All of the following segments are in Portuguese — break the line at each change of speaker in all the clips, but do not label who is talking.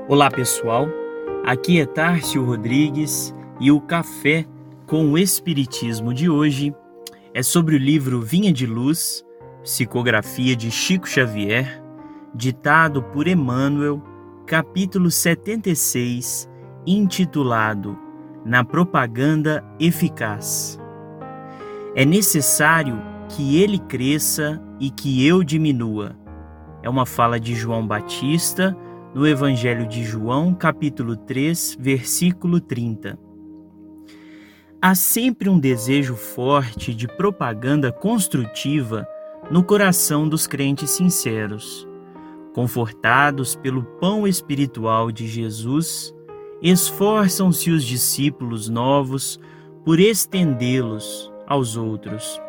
Olá pessoal, aqui é Tárcio Rodrigues e o Café com o Espiritismo de hoje é sobre o livro Vinha de Luz, psicografia de Chico Xavier, ditado por Emmanuel, capítulo 76, intitulado Na Propaganda Eficaz. É necessário que ele cresça e que eu diminua. É uma fala de João Batista, no Evangelho de João, capítulo 3, versículo 30. Há sempre um desejo forte de propaganda construtiva no coração dos crentes sinceros. Confortados pelo pão espiritual de Jesus, esforçam-se os discípulos novos por estendê-los aos outros.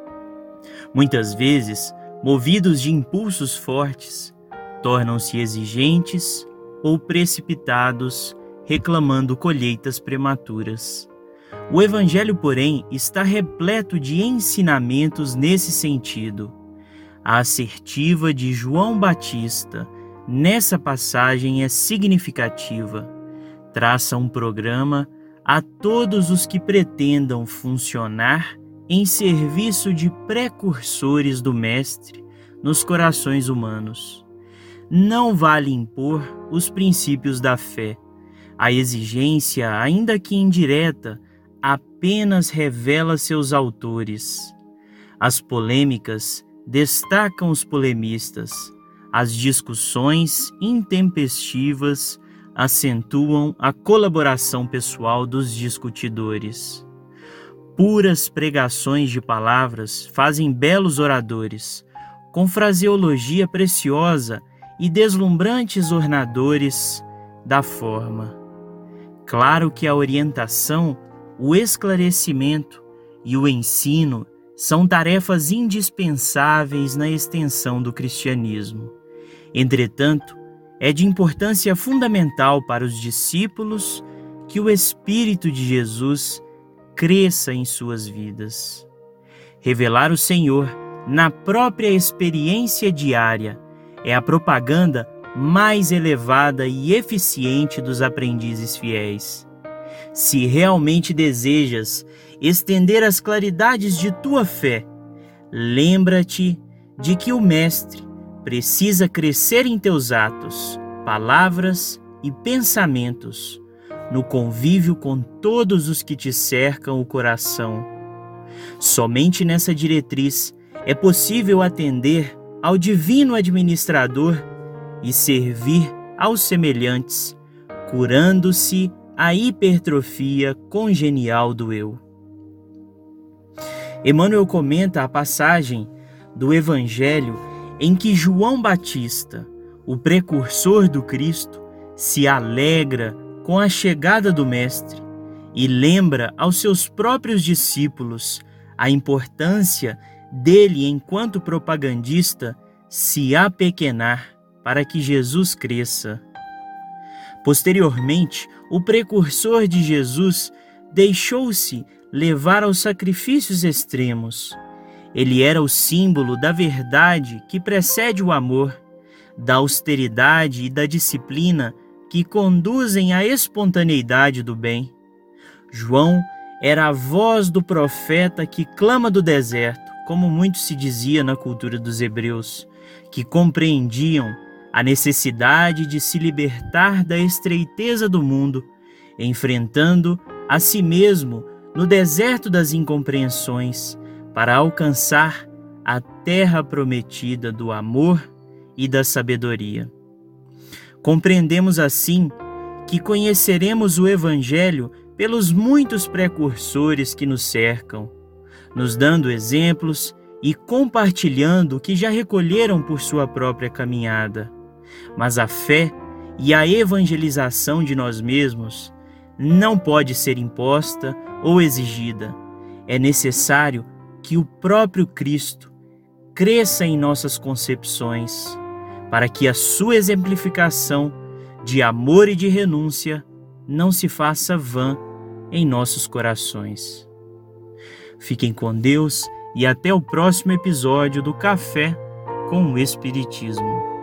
Muitas vezes, movidos de impulsos fortes, tornam-se exigentes ou precipitados, reclamando colheitas prematuras. O Evangelho, porém, está repleto de ensinamentos nesse sentido. A assertiva de João Batista, nessa passagem, é significativa. Traça um programa a todos os que pretendam funcionar em serviço de precursores do Mestre nos corações humanos. Não vale impor os princípios da fé. A exigência, ainda que indireta, apenas revela seus autores. As polêmicas destacam os polemistas. As discussões intempestivas acentuam a colaboração pessoal dos discutidores. Puras pregações de palavras fazem belos oradores, com fraseologia preciosa e deslumbrantes ornadores da forma. Claro que a orientação, o esclarecimento e o ensino são tarefas indispensáveis na extensão do cristianismo. Entretanto, é de importância fundamental para os discípulos que o Espírito de Jesus cresça em suas vidas. Revelar o Senhor na própria experiência diária é a propaganda mais elevada e eficiente dos aprendizes fiéis. Se realmente desejas estender as claridades de tua fé, lembra-te de que o Mestre precisa crescer em teus atos, palavras e pensamentos, no convívio com todos os que te cercam o coração. Somente nessa diretriz é possível atender ao divino administrador e servir aos semelhantes, curando-se a hipertrofia congenial do eu. Emmanuel comenta a passagem do Evangelho em que João Batista, o precursor do Cristo, se alegra com a chegada do Mestre e lembra aos seus próprios discípulos a importância dele enquanto propagandista se apequenar para que Jesus cresça. Posteriormente, o precursor de Jesus deixou-se levar aos sacrifícios extremos. Ele era o símbolo da verdade que precede o amor, da austeridade e da disciplina que conduzem à espontaneidade do bem. João era a voz do profeta que clama do deserto, como muito se dizia na cultura dos hebreus, que compreendiam a necessidade de se libertar da estreiteza do mundo, enfrentando a si mesmo no deserto das incompreensões, para alcançar a terra prometida do amor e da sabedoria. Compreendemos assim que conheceremos o Evangelho pelos muitos precursores que nos cercam, nos dando exemplos e compartilhando o que já recolheram por sua própria caminhada. Mas a fé e a evangelização de nós mesmos não pode ser imposta ou exigida. É necessário que o próprio Cristo cresça em nossas concepções, para que a sua exemplificação de amor e de renúncia não se faça vã em nossos corações. Fiquem com Deus e até o próximo episódio do Café com o Espiritismo.